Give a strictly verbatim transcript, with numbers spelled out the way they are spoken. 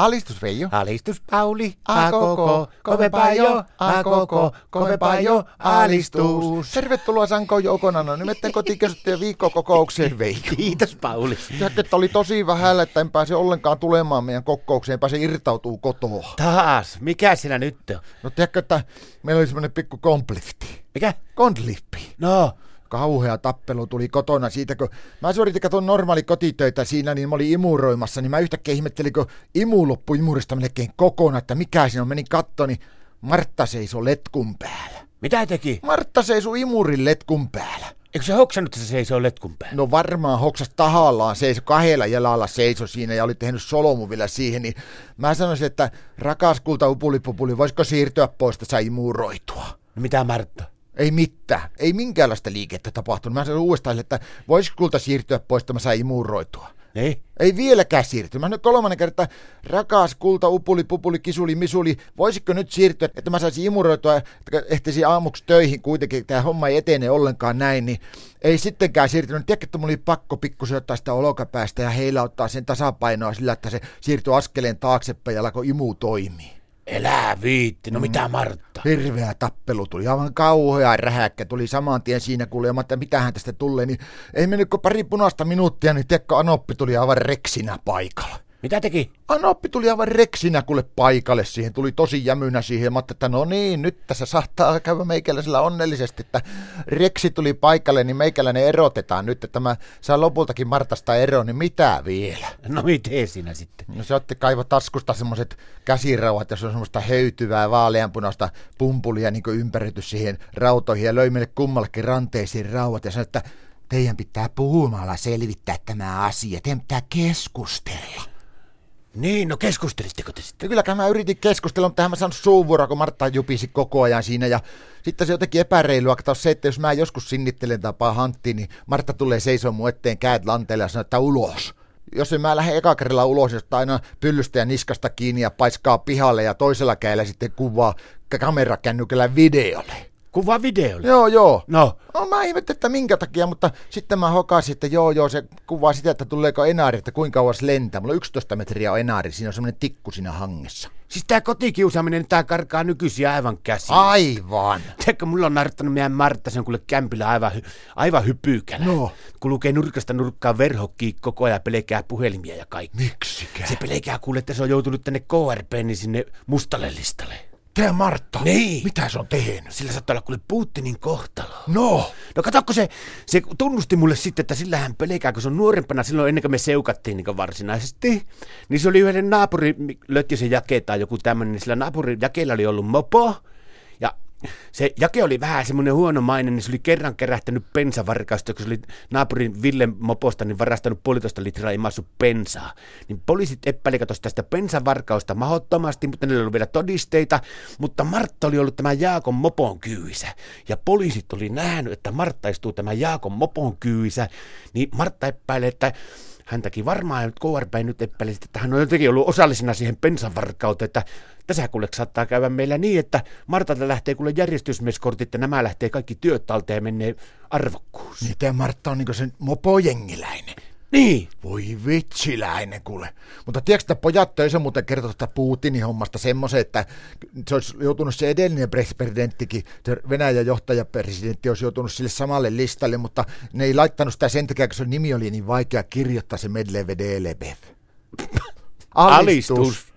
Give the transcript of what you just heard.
Alistus Veijo. Alistus Pauli, A koko, kovempaa jo, a koko, kovempaa jo, alistus. Tervetuloa Sanko Joukonana, nimittäin kotikäsyttyjen viikkokokoukseen Veijo. Kiitos Pauli. Tiedätkö, oli tosi vähällä, että en pääse ollenkaan tulemaan meidän kokoukseen, en pääse irtautuu kotoa. Taas, mikä siinä nyt on? No tiedätkö, että meillä oli semmoinen pikku konflikti. Mikä? Konflikti. No. Kauhea tappelu tuli kotona siitä, kun mä suoritin katon normaali kotitöitä siinä, niin mä olin imuroimassa, niin mä yhtäkkiä ihmettelin, kun imu loppui imurista melkein kokonaan, että mikä siinä on. Menin kattoon, niin Martta seisoi letkun päällä. Mitä teki? Martta seisoi imurin letkun päällä. Eikö se hoksannut, että se seisoo letkun päällä? No varmaan hoksas tahallaan, seisoi kahdella jalalla seisoi siinä ja oli tehnyt solmu vielä siihen, niin mä sanoisin, että rakas kulta upulipupuli, voisiko siirtyä pois tässä imuroitua? No mitä Martta? Ei mitään, ei minkäänlaista liikettä tapahtunut. Mä sanoin uudestaan, että voisiko kulta siirtyä pois, että mä sain imuroitua. Ei? Ei vieläkään siirtyä. Mä sanoin kolmannen kertaa, rakas kulta upuli pupuli kisuli misuli, voisiko nyt siirtyä, että mä saisin imuroitua, että ehtisin aamuksi töihin kuitenkin, tämä homma ei etene ollenkaan näin, niin ei sittenkään siirtynyt. Tiedätkö, että mulla oli pakko pikkusen ottaa sitä olkapäästä ja heillä ottaa sen tasapainoa sillä, että se siirtyi askeleen taaksepäin ja alkoi imu toimii. Elää viitti, no mitä Martta? Hirveä tappelu tuli, aivan kauhea rähäkkä, tuli saman tien siinä kuulemaan, että mitähän tästä tulee, niin ei mennyt kuin pari punaista minuuttia, niin tiedätkö, Anoppi tuli aivan reksinä paikalla. Mitä teki? Anoppi tuli aivan reksinä kuule paikalle siihen, tuli tosi jämynä siihen, ja mä ajattelin, että no niin, nyt tässä saattaa käydä meikäläisellä onnellisesti, että Reksi tuli paikalle, niin meikäläinen erotetaan nyt, että mä saan lopultakin Martasta eroon, niin mitä vielä? No miten siinä sitten? No se otti kaivo taskusta semmoiset käsirauhat, ja se on semmoista höytyvää vaaleanpunaista pumpulia niin kuin ympäröity siihen rautoihin, ja löi meille kummallekin ranteisiin rauhat, ja sanoi, että teidän pitää puhumalla selvittää tämä asia, teidän pitää keskustella. Niin, no keskustelitteko te sitten? Ja kylläkään mä yritin keskustella, mutta tähän mä saanut suuvuoroa, kun Martta jupisi koko ajan siinä. Ja sitten se jotenkin epäreilua, kato se, että jos mä joskus sinnittelen tapaa hanttiin, niin Martta tulee seisoo mun eteen käät lanteelle ja sanoo, että ulos. Jos en mä lähde eka kerralla ulos, josta aina pyllystä ja niskasta kiinni ja paiskaa pihalle ja toisella kädellä sitten kuvaa kamerakännykällä videolle. Kuva videolle? Joo, joo. No? No mä ihmettelin, että minkä takia, mutta sitten mä hokasin, että joo, joo, se kuvaa sitä, että tuleeko enaari, että kuinka kauas lentää. Mulla on yksitoista metriä on enaari, siinä on semmoinen tikku siinä hangessa. Siis tää kotikiusaaminen, tää karkaa nykyisin aivan käsiin. Aivan. Tiedätkö, mulla on narttanut meidän Martta, se on kuule kämpillä aivan, hy, aivan hypykälä. No. Kun lukee nurkasta nurkkaan verhokkiin koko ajan, pelkää puhelimia ja kaikki. Miksikään? Se pelkää kuule, että se on joutunut tänne K R P, niin sinne mustalle listalle. Tää Martta? Niin. Mitä se on tehnyt? Sillä saattaa olla kuule Putinin kohtalo. No. No katsokko se, se tunnusti mulle sitten, että sillä hän pelkää, kun se on nuorempana silloin ennen kuin me seukattiin niin varsinaisesti. Niin se oli yhden naapuri, Lötjösen Jake tai joku tämmöinen, niin sillä naapurin Jakeella oli ollut mopo. Ja se Jake oli vähän semmoinen huonomainen, niin se oli kerran kerähtänyt bensavarkausta, kun se oli naapurin Ville moposta niin varastanut puolitoista litraa imassut bensaa. Niin poliisit epäili katosi tästä bensavarkausta mahdottomasti, mutta niillä oli vielä todisteita, mutta Martta oli ollut tämän Jaakon mopon kyyvissä. Ja poliisit oli nähnyt, että Martta istuu tämän Jaakon mopon kyyvissä, niin Martta epäili, että häntäkin varmaan nyt K R P nyt epäili, että hän on jotenkin ollut osallisena siihen bensavarkauteen, että tässä kuule saattaa käydä meillä niin, että Martalta lähtee kuule järjestysmieskortit ja nämä lähtee kaikki työt talteen ja menee arvokkuus. Niin tämä Martta on niinku sen mopojengiläinen. Niin. Voi vitsiläinen kuule. Mutta tiedätkö, että pojat töissä muuten kertoi tästä Putinin hommasta semmoisen, että se olisi joutunut se edellinen presidenttikin, se Venäjän johtajapresidentti olisi joutunut sille samalle listalle, mutta ne ei laittanut sitä sen takia, kun se nimi oli niin vaikea kirjoittaa se Medvedev. Alistus.